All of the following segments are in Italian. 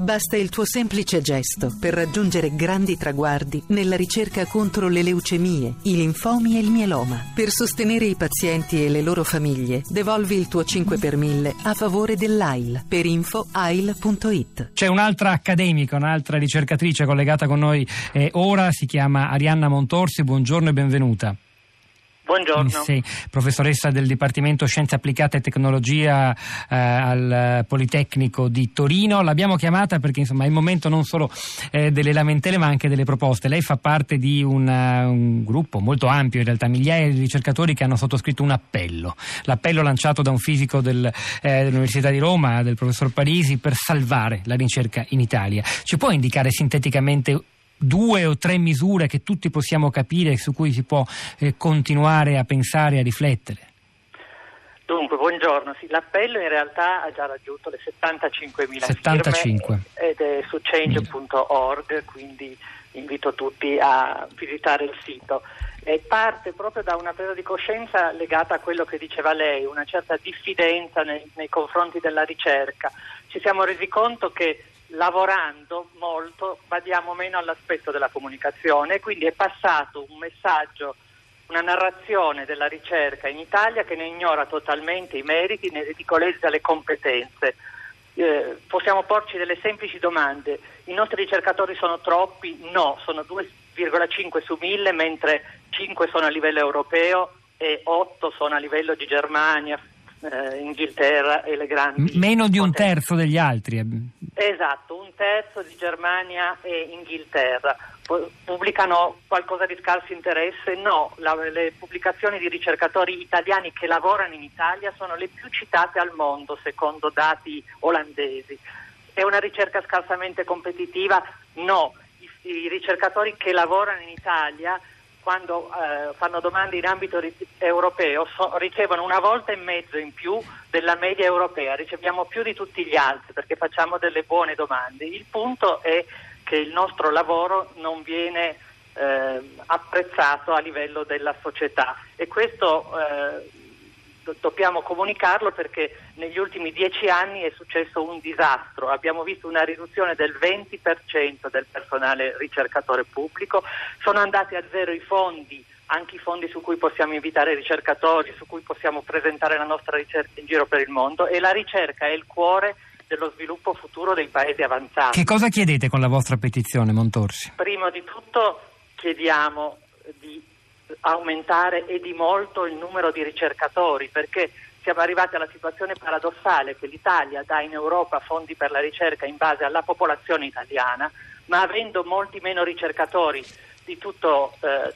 Basta il tuo semplice gesto per raggiungere grandi traguardi nella ricerca contro le leucemie, i linfomi e il mieloma. Per sostenere i pazienti e le loro famiglie, devolvi il tuo 5 per 1000 a favore dell'AIL. Per info AIL.it. C'è un'altra accademica, un'altra ricercatrice collegata con noi ora, si chiama Arianna Montorsi. Buongiorno e benvenuta. Buongiorno. Sei professoressa del Dipartimento Scienze Applicate e Tecnologia al Politecnico di Torino. L'abbiamo chiamata perché insomma è il momento non solo delle lamentele ma anche delle proposte. Lei fa parte di un gruppo molto ampio, in realtà migliaia di ricercatori che hanno sottoscritto un appello. L'appello lanciato da un fisico dell'Università di Roma, del professor Parisi, per salvare la ricerca in Italia. Ci può indicare sinteticamente 2 o 3 misure che tutti possiamo capire, su cui si può continuare a pensare e a riflettere? Dunque, buongiorno. Sì, l'appello in realtà ha già raggiunto le 75.000 firme ed è su change.org, quindi invito tutti a visitare il sito. E parte proprio da una presa di coscienza legata a quello che diceva lei, una certa diffidenza nei confronti della ricerca. Ci siamo resi conto che lavorando molto badiamo meno all'aspetto della comunicazione e quindi è passato un messaggio, una narrazione della ricerca in Italia che ne ignora totalmente i meriti, ne ridicolizza le competenze. Possiamo porci delle semplici domande: i nostri ricercatori sono troppi? No, sono 2,5 su 1000, mentre 5 sono a livello europeo e 8 sono a livello di Germania, Inghilterra e le grandi meno di un terzo degli altri. Esatto, un terzo di Germania e Inghilterra. Pubblicano qualcosa di scarso interesse? No, le pubblicazioni di ricercatori italiani che lavorano in Italia sono le più citate al mondo secondo dati olandesi. È una ricerca scarsamente competitiva? No, i ricercatori che lavorano in Italia, quando fanno domande in ambito europeo, ricevono 1,5 volte in più della media europea. Riceviamo più di tutti gli altri perché facciamo delle buone domande. Il punto è che il nostro lavoro non viene apprezzato a livello della società e questo dobbiamo comunicarlo, perché negli ultimi 10 anni è successo un disastro. Abbiamo visto una riduzione del 20% del personale ricercatore pubblico, sono andati a zero i fondi, anche i fondi su cui possiamo invitare ricercatori, su cui possiamo presentare la nostra ricerca in giro per il mondo, e la ricerca è il cuore dello sviluppo futuro dei paesi avanzati. Che cosa chiedete con la vostra petizione, Montorsi? Prima di tutto chiediamo di aumentare e di molto il numero di ricercatori, perché siamo arrivati alla situazione paradossale che l'Italia dà in Europa fondi per la ricerca in base alla popolazione italiana, ma avendo molti meno ricercatori di tutto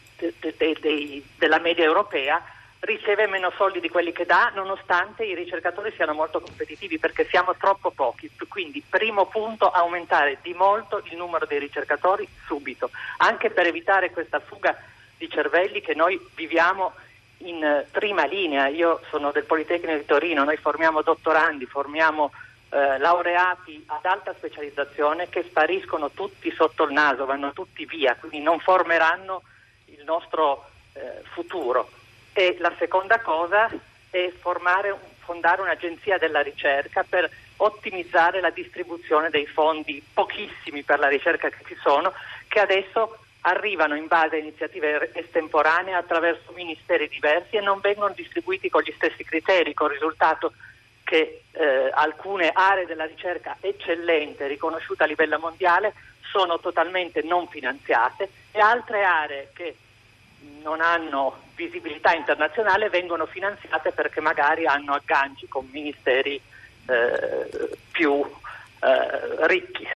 della media europea, riceve meno soldi di quelli che dà, nonostante i ricercatori siano molto competitivi, perché siamo troppo pochi. Quindi, primo punto, aumentare di molto il numero dei ricercatori subito, anche per evitare questa fuga di cervelli che noi viviamo in prima linea. Io sono del Politecnico di Torino, noi formiamo dottorandi, formiamo laureati ad alta specializzazione che spariscono tutti sotto il naso, vanno tutti via, quindi non formeranno il nostro futuro. E la seconda cosa è fondare un'agenzia della ricerca per ottimizzare la distribuzione dei fondi, pochissimi per la ricerca che ci sono, che adesso arrivano in base a iniziative estemporanee attraverso ministeri diversi e non vengono distribuiti con gli stessi criteri, con il risultato che alcune aree della ricerca eccellente, riconosciute a livello mondiale, sono totalmente non finanziate, e altre aree che non hanno visibilità internazionale vengono finanziate perché magari hanno agganci con ministeri più ricchi.